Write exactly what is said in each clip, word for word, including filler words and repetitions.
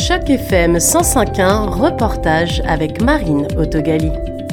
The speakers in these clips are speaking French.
Choc F M cent cinq point un, reportage avec Marine Autogali.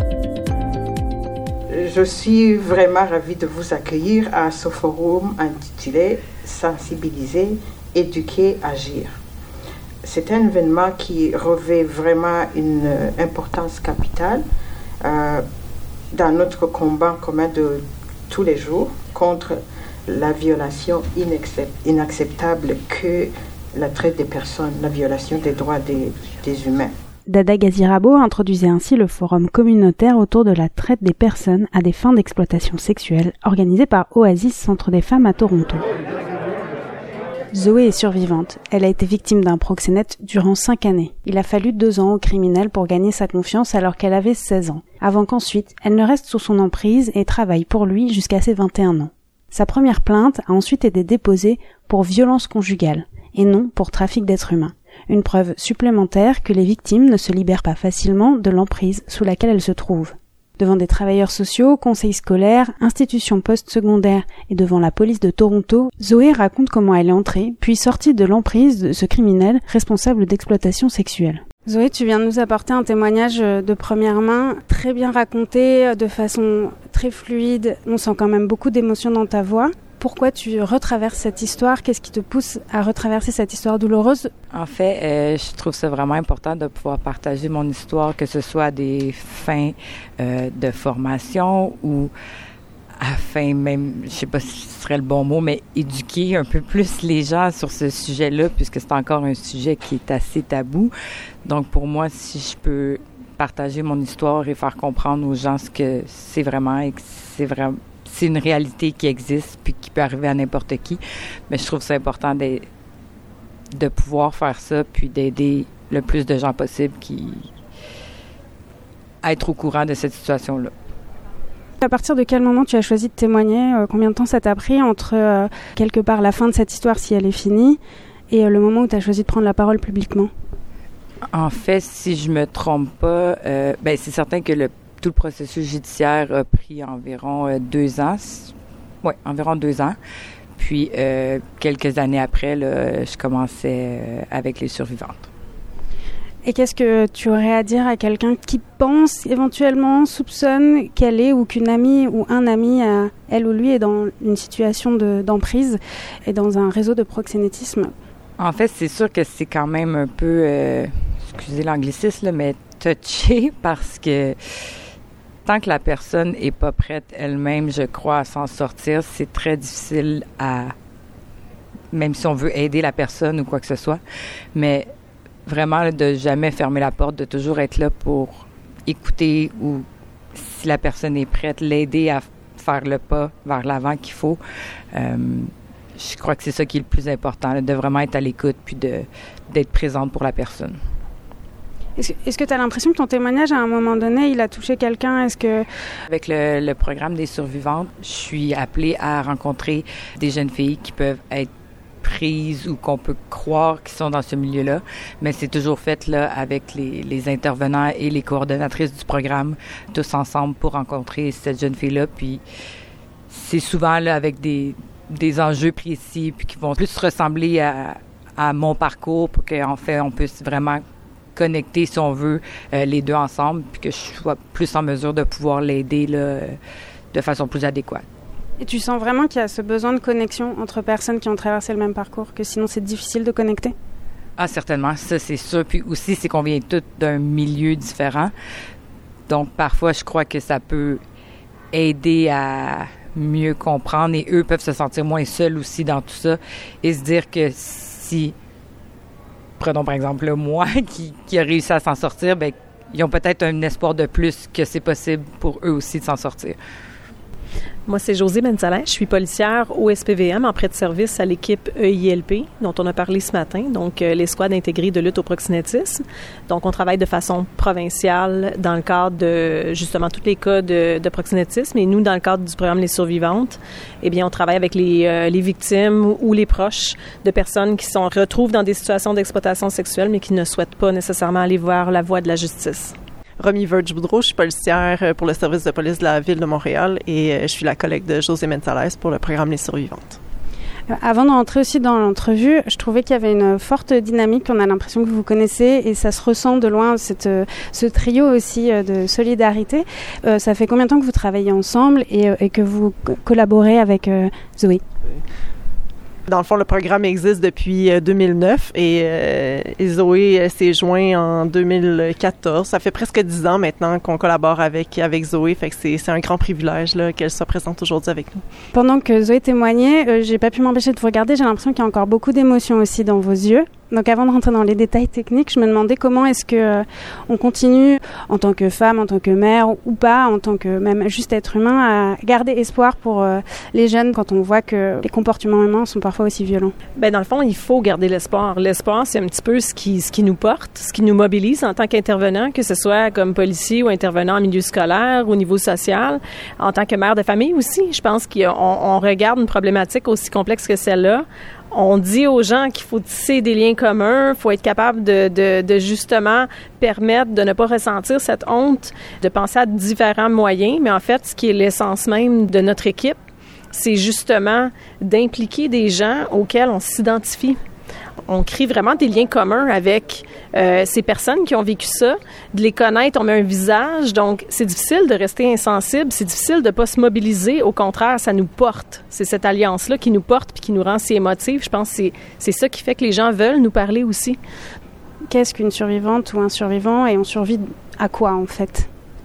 Je suis vraiment ravie de vous accueillir à ce forum intitulé « Sensibiliser, éduquer, agir ». C'est un événement qui revêt vraiment une importance capitale euh, dans notre combat commun de tous les jours contre la violation inacceptable que la traite des personnes, la violation des droits des, des humains. Dada Gazirabo introduisait ainsi le forum communautaire autour de la traite des personnes à des fins d'exploitation sexuelle organisé par Oasis Centre des femmes à Toronto. Zoé est survivante. Elle a été victime d'un proxénète durant cinq années. Il a fallu deux ans au criminel pour gagner sa confiance alors qu'elle avait seize ans, avant qu'ensuite elle ne reste sous son emprise et travaille pour lui jusqu'à ses vingt et un ans. Sa première plainte a ensuite été déposée pour violence conjugale et non pour trafic d'êtres humains. Une preuve supplémentaire que les victimes ne se libèrent pas facilement de l'emprise sous laquelle elles se trouvent. Devant des travailleurs sociaux, conseils scolaires, institutions postsecondaires et devant la police de Toronto, Zoé raconte comment elle est entrée, puis sortie de l'emprise de ce criminel responsable d'exploitation sexuelle. Zoé, tu viens de nous apporter un témoignage de première main, très bien raconté, de façon très fluide. On sent quand même beaucoup d'émotions dans ta voix. Pourquoi tu retraverses cette histoire? Qu'est-ce qui te pousse à retraverser cette histoire douloureuse? En fait, euh, je trouve ça vraiment important de pouvoir partager mon histoire, que ce soit à des fins euh, de formation ou à fin même, je sais pas si ce serait le bon mot, mais éduquer un peu plus les gens sur ce sujet-là, puisque c'est encore un sujet qui est assez tabou. Donc pour moi, si je peux partager mon histoire et faire comprendre aux gens ce que c'est vraiment et que c'est vraiment c'est une réalité qui existe puis qui peut arriver à n'importe qui. Mais je trouve ça important de, de pouvoir faire ça puis d'aider le plus de gens possible qui à être au courant de cette situation-là. À partir de quel moment tu as choisi de témoigner? euh, Combien de temps ça t'a pris entre euh, quelque part la fin de cette histoire, si elle est finie, et euh, le moment où tu as choisi de prendre la parole publiquement? En fait, si je me trompe pas, euh, ben c'est certain que le tout le processus judiciaire a pris environ euh, deux ans. Oui, environ deux ans. Puis, euh, quelques années après, là, je commençais euh, avec les survivantes. Et qu'est-ce que tu aurais à dire à quelqu'un qui pense éventuellement, soupçonne qu'elle est ou qu'une amie ou un ami, euh, elle ou lui, est dans une situation de, d'emprise et dans un réseau de proxénétisme? En fait, c'est sûr que c'est quand même un peu, euh, excusez l'anglicisme, là, mais touché parce que tant que la personne n'est pas prête elle-même, je crois, à s'en sortir, c'est très difficile à... Même si on veut aider la personne ou quoi que ce soit. Mais vraiment, là, de jamais fermer la porte, de toujours être là pour écouter ou, si la personne est prête, l'aider à faire le pas vers l'avant qu'il faut. Euh, je crois que c'est ça qui est le plus important, là, de vraiment être à l'écoute puis de, d'être présente pour la personne. Est-ce, est-ce que tu as l'impression que ton témoignage, à un moment donné, il a touché quelqu'un? Est-ce que... Avec le, le programme des survivantes, je suis appelée à rencontrer des jeunes filles qui peuvent être prises ou qu'on peut croire qu'ils sont dans ce milieu-là, mais c'est toujours fait là avec les, les intervenants et les coordonnatrices du programme, tous ensemble pour rencontrer cette jeune fille-là. Puis c'est souvent là avec des, des enjeux précis puis qui vont plus ressembler à, à mon parcours pour qu'en fait on puisse vraiment connecter, si on veut, euh, les deux ensemble, puis que je sois plus en mesure de pouvoir l'aider là, euh, de façon plus adéquate. Et tu sens vraiment qu'il y a ce besoin de connexion entre personnes qui ont traversé le même parcours, que sinon c'est difficile de connecter? Ah, certainement, ça c'est sûr. Puis aussi, c'est qu'on vient tous d'un milieu différent. Donc, parfois, je crois que ça peut aider à mieux comprendre et eux peuvent se sentir moins seuls aussi dans tout ça et se dire que si... Prenons par exemple là, moi qui, qui a réussi à s'en sortir, bien, ils ont peut-être un espoir de plus que c'est possible pour eux aussi de s'en sortir. Moi, c'est Josée Bensalin. Je suis policière au S P V M en prêt de service à l'équipe E I L P, dont on a parlé ce matin, donc euh, l'escouade intégrée de lutte au proxénétisme. Donc, on travaille de façon provinciale dans le cadre de, justement, tous les cas de, de proxénétisme. Et nous, dans le cadre du programme Les Survivantes, eh bien, on travaille avec les, euh, les victimes ou les proches de personnes qui se retrouvent dans des situations d'exploitation sexuelle, mais qui ne souhaitent pas nécessairement aller voir la voie de la justice. Romy Verge-Boudreau, je suis policière pour le service de police de la Ville de Montréal et je suis la collègue de Josée Mensales pour le programme Les Survivantes. Avant de rentrer aussi dans l'entrevue, je trouvais qu'il y avait une forte dynamique. On a l'impression que vous vous connaissez et ça se ressent de loin, cette, ce trio aussi de solidarité. Euh, ça fait combien de temps que vous travaillez ensemble et, et que vous collaborez avec euh, Zoé? Dans le fond, le programme existe depuis deux mille neuf et, euh, et Zoé s'est joint en deux mille quatorze. Ça fait presque dix ans maintenant qu'on collabore avec, avec Zoé, fait que c'est, c'est un grand privilège là, qu'elle soit présente aujourd'hui avec nous. Pendant que Zoé témoignait, euh, j'ai pas pu m'empêcher de vous regarder. J'ai l'impression qu'il y a encore beaucoup d'émotions aussi dans vos yeux. Donc avant de rentrer dans les détails techniques, je me demandais comment est-ce que euh, on continue en tant que femme, en tant que mère ou pas, en tant que même juste être humain, à garder espoir pour euh, les jeunes quand on voit que les comportements humains sont parfois aussi violents. Ben dans le fond, il faut garder l'espoir. L'espoir, c'est un petit peu ce qui ce qui nous porte, ce qui nous mobilise en tant qu'intervenant, que ce soit comme policier ou intervenant en milieu scolaire, au niveau social, en tant que mère de famille aussi. Je pense qu'on on regarde une problématique aussi complexe que celle-là. On dit aux gens qu'il faut tisser des liens communs, il faut être capable de, de, de justement permettre de ne pas ressentir cette honte, de penser à différents moyens. Mais en fait, ce qui est l'essence même de notre équipe, c'est justement d'impliquer des gens auxquels on s'identifie. On crée vraiment des liens communs avec euh, ces personnes qui ont vécu ça, de les connaître, on met un visage, donc c'est difficile de rester insensible, c'est difficile de ne pas se mobiliser, au contraire, ça nous porte. C'est cette alliance-là qui nous porte puis qui nous rend si émotifs. Je pense que c'est, c'est ça qui fait que les gens veulent nous parler aussi. Qu'est-ce qu'une survivante ou un survivant et on survit à quoi en fait?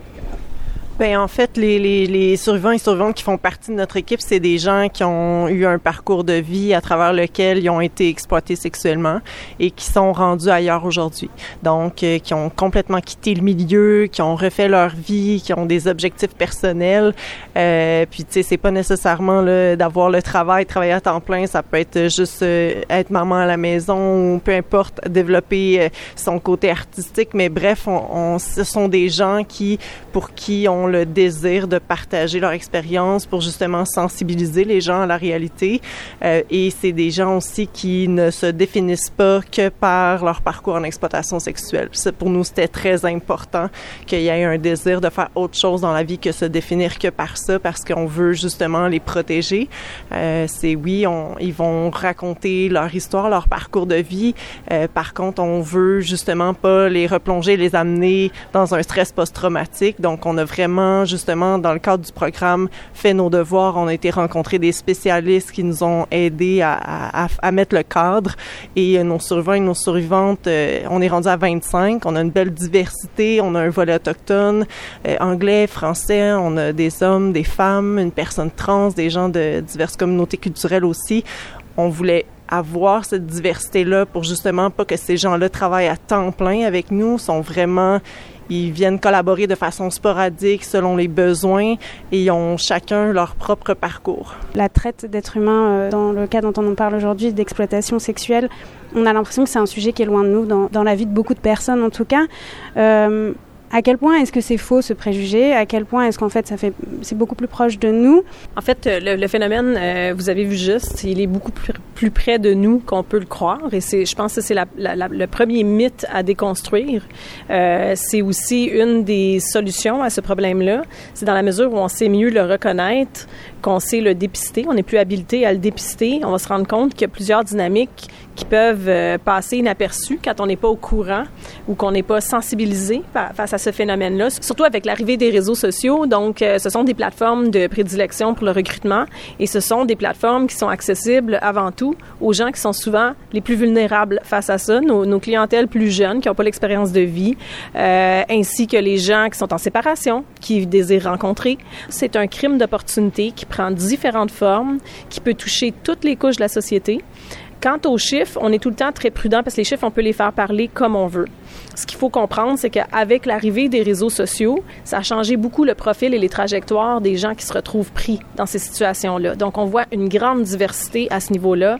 Ben en fait, les, les, les survivants et survivantes qui font partie de notre équipe, c'est des gens qui ont eu un parcours de vie à travers lequel ils ont été exploités sexuellement et qui sont rendus ailleurs aujourd'hui. Donc, euh, qui ont complètement quitté le milieu, qui ont refait leur vie, qui ont des objectifs personnels. Euh, puis, tu sais, c'est pas nécessairement là, d'avoir le travail, travailler à temps plein. Ça peut être juste euh, être maman à la maison ou peu importe, développer euh, son côté artistique. Mais bref, on, on, ce sont des gens qui, pour qui on le désir de partager leur expérience pour justement sensibiliser les gens à la réalité. Euh, et c'est des gens aussi qui ne se définissent pas que par leur parcours en exploitation sexuelle. C'est, pour nous, c'était très important qu'il y ait un désir de faire autre chose dans la vie que se définir que par ça, parce qu'on veut justement les protéger. Euh, c'est oui, on, ils vont raconter leur histoire, leur parcours de vie. Euh, par contre, on veut justement pas les replonger, les amener dans un stress post-traumatique. Donc, on a vraiment justement, dans le cadre du programme Fait nos devoirs, on a été rencontrer des spécialistes qui nous ont aidés à, à, à mettre le cadre. Et nos survivants et nos survivantes, euh, on est rendu à vingt-cinq. On a une belle diversité. On a un volet autochtone, euh, anglais, français. On a des hommes, des femmes, une personne trans, des gens de diverses communautés culturelles aussi. On voulait avoir cette diversité-là pour justement pas que ces gens-là travaillent à temps plein avec nous, sont vraiment... Ils viennent collaborer de façon sporadique selon les besoins et ils ont chacun leur propre parcours. La traite d'êtres humains, euh, dans le cas dont on en parle aujourd'hui, d'exploitation sexuelle, on a l'impression que c'est un sujet qui est loin de nous, dans, dans la vie de beaucoup de personnes en tout cas. Euh, À quel point est-ce que c'est faux ce préjugé? À quel point est-ce qu'en fait ça fait c'est beaucoup plus proche de nous? En fait, le, le phénomène, euh, vous avez vu juste, il est beaucoup plus, plus près de nous qu'on peut le croire. Et c'est, je pense que c'est la, la, la, le premier mythe à déconstruire. Euh, c'est aussi une des solutions à ce problème-là. C'est dans la mesure où on sait mieux le reconnaître, qu'on sait le dépister. On est plus habilité à le dépister. On va se rendre compte qu'il y a plusieurs dynamiques qui peuvent euh, passer inaperçues quand on n'est pas au courant ou qu'on n'est pas sensibilisé face à ce phénomène-là, surtout avec l'arrivée des réseaux sociaux. Donc, euh, ce sont des plateformes de prédilection pour le recrutement et ce sont des plateformes qui sont accessibles avant tout aux gens qui sont souvent les plus vulnérables face à ça, nos, nos clientèles plus jeunes qui n'ont pas l'expérience de vie, euh, ainsi que les gens qui sont en séparation, qui désirent rencontrer. C'est un crime d'opportunité qui prend différentes formes, qui peut toucher toutes les couches de la société. Quant aux chiffres, on est tout le temps très prudent parce que les chiffres, on peut les faire parler comme on veut. Ce qu'il faut comprendre, c'est qu'avec l'arrivée des réseaux sociaux, ça a changé beaucoup le profil et les trajectoires des gens qui se retrouvent pris dans ces situations-là. Donc, on voit une grande diversité à ce niveau-là.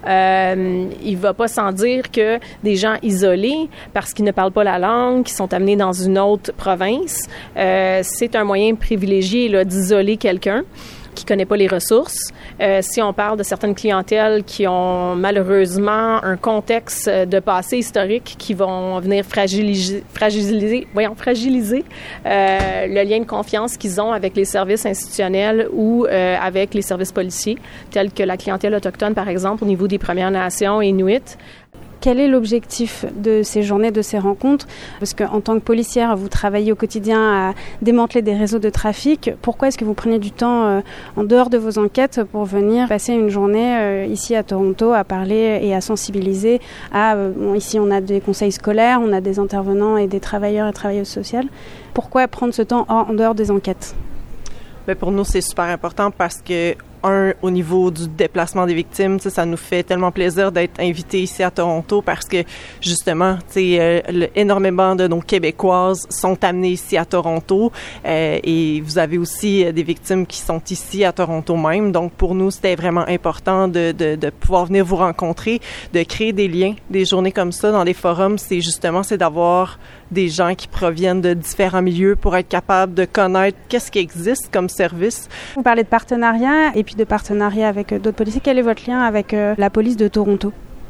Euh, il ne va pas sans dire que des gens isolés, parce qu'ils ne parlent pas la langue, qui sont amenés dans une autre province, euh, c'est un moyen privilégié là, d'isoler quelqu'un. qui ne connaît pas les ressources. Euh, si on parle de certaines clientèles qui ont malheureusement un contexte de passé historique qui vont venir fragiliser, fragiliser, voyons, fragiliser euh, le lien de confiance qu'ils ont avec les services institutionnels ou euh, avec les services policiers, tels que la clientèle autochtone, par exemple, au niveau des Premières Nations et Inuits. Quel est l'objectif de ces journées, de ces rencontres? Parce qu'en tant que policière, vous travaillez au quotidien à démanteler des réseaux de trafic. Pourquoi est-ce que vous prenez du temps euh, en dehors de vos enquêtes pour venir passer une journée euh, ici à Toronto à parler et à sensibiliser à, euh, bon, ici on a des conseils scolaires, on a des intervenants et des travailleurs et travailleuses sociales. Pourquoi prendre ce temps en, en dehors des enquêtes? Bien, pour nous, c'est super important parce que Un, au niveau du déplacement des victimes, ça nous fait tellement plaisir d'être invités ici à Toronto parce que, justement, euh, le, énormément de nos Québécoises sont amenées ici à Toronto euh, et vous avez aussi euh, des victimes qui sont ici à Toronto même. Donc, pour nous, c'était vraiment important de, de, de pouvoir venir vous rencontrer, de créer des liens. Des journées comme ça dans les forums, c'est justement, c'est d'avoir des gens qui proviennent de différents milieux pour être capables de connaître qu'est-ce qui existe comme service. Vous parlez de partenariat et puis de partenariat avec d'autres policiers. Quel est votre lien avec euh, la police de Toronto?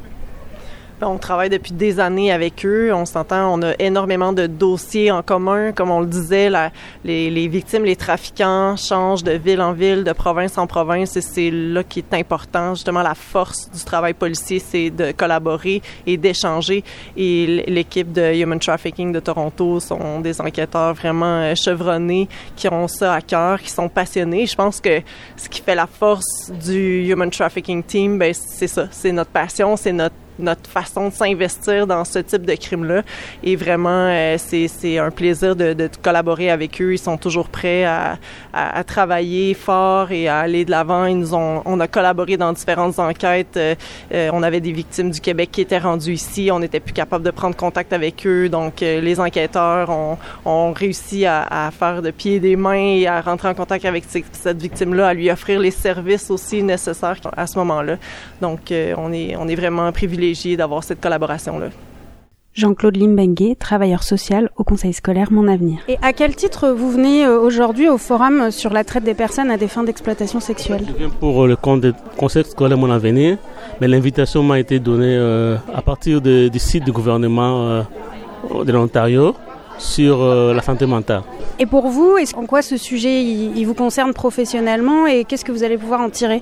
On travaille depuis des années avec eux. On s'entend, on a énormément de dossiers en commun. Comme on le disait, la, les, les victimes, les trafiquants changent de ville en ville, de province en province. Et c'est là qui est important. Justement, la force du travail policier, c'est de collaborer et d'échanger. Et l'équipe de Human Trafficking de Toronto sont des enquêteurs vraiment chevronnés qui ont ça à cœur, qui sont passionnés. Je pense que ce qui fait la force du Human Trafficking Team, ben c'est ça. C'est notre passion, c'est notre notre façon de s'investir dans ce type de crime-là. Et vraiment, euh, c'est, c'est un plaisir de, de collaborer avec eux. Ils sont toujours prêts à, à, à travailler fort et à aller de l'avant. Ils nous ont, on a collaboré dans différentes enquêtes. Euh, euh, on avait des victimes du Québec qui étaient rendues ici. On n'était plus capable de prendre contact avec eux. Donc, euh, les enquêteurs ont, ont réussi à, à faire de pied et des mains et à rentrer en contact avec c- cette victime-là, à lui offrir les services aussi nécessaires à ce moment-là. Donc, euh, on est, on est vraiment privilégiés d'avoir cette collaboration-là. Jean-Claude Limbengue, travailleur social au Conseil scolaire Mon Avenir. Et à quel titre vous venez aujourd'hui au forum sur la traite des personnes à des fins d'exploitation sexuelle? Je viens pour le Conseil scolaire Mon Avenir, mais l'invitation m'a été donnée euh, à partir de, du site du gouvernement euh, de l'Ontario sur euh, la santé mentale. Et pour vous, est-ce, en quoi ce sujet il, il vous concerne professionnellement et qu'est-ce que vous allez pouvoir en tirer?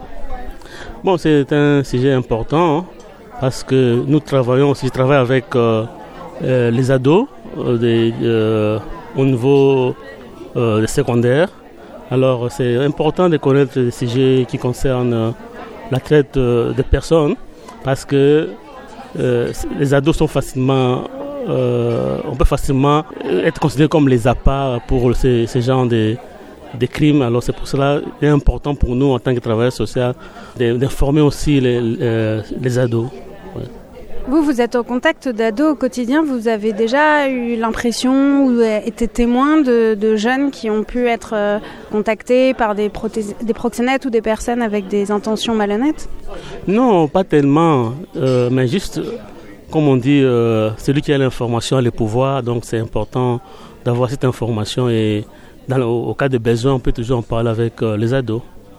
Bon, c'est un sujet important hein, parce que nous travaillons aussi, je travaille avec euh, euh, les ados euh, des, euh, au niveau euh, des secondaires. Alors c'est important de connaître les sujets qui concernent euh, la traite euh, des personnes parce que euh, les ados sont facilement, euh, on peut facilement être considérés comme les appâts pour ces, ces genres de des crimes. Alors c'est pour cela qu'il est important pour nous en tant que travailleurs sociaux d'informer aussi les, les, les ados. Ouais. Vous, vous êtes au contact d'ados au quotidien. Vous avez déjà eu l'impression ou été témoin de, de jeunes qui ont pu être contactés par des, prothés- des proxénètes ou des personnes avec des intentions malhonnêtes? Non, pas tellement, euh, mais juste, comme on dit, euh, celui qui a l'information a le pouvoir, donc c'est important d'avoir cette information et Dans le, au cas de besoin, on peut toujours en parler avec euh, les ados.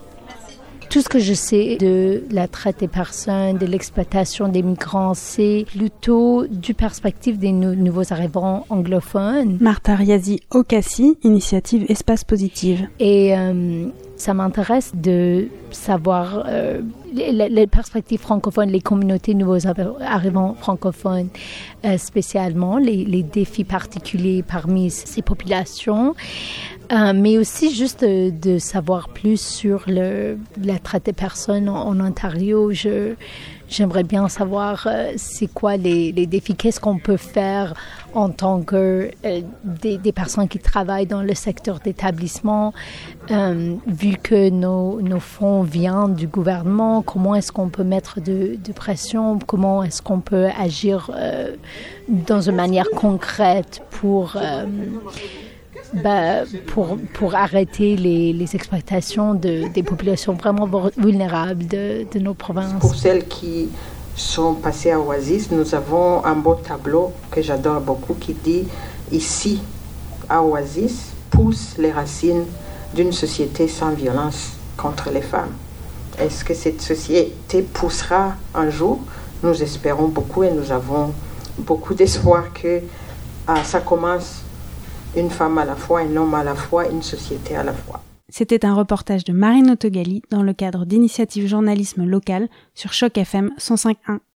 Tout ce que je sais de la traite des personnes, de l'exploitation des migrants, c'est plutôt du perspective des nou- nouveaux arrivants anglophones. Martha Riazi Okassi, initiative Espace Positive. Et euh, ça m'intéresse de savoir euh, les, les perspectives francophones, les communautés nouveaux arrivants francophones, euh, spécialement les, les défis particuliers parmi ces populations. Euh, mais aussi juste de, de savoir plus sur le, la traite des personnes en, en Ontario. Je, j'aimerais bien savoir euh, c'est quoi les, les défis, qu'est-ce qu'on peut faire en tant que euh, des, des personnes qui travaillent dans le secteur d'établissement, euh, vu que nos, nos fonds viennent du gouvernement, comment est-ce qu'on peut mettre de, de pression, comment est-ce qu'on peut agir euh, dans une manière concrète pour... Euh, Ben, pour, pour arrêter les, les exploitations de, des populations vraiment vulnérables de, de nos provinces. Pour celles qui sont passées à Oasis, nous avons un beau tableau que j'adore beaucoup qui dit « Ici, à Oasis, poussent les racines d'une société sans violence contre les femmes. Est-ce que cette société poussera un jour? Nous espérons beaucoup et nous avons beaucoup d'espoir que ah, ça commence une femme à la fois, un homme à la fois, une société à la fois. C'était un reportage de Marine Otogali dans le cadre d'Initiative Journalisme Local sur Choc F M cent cinq point un.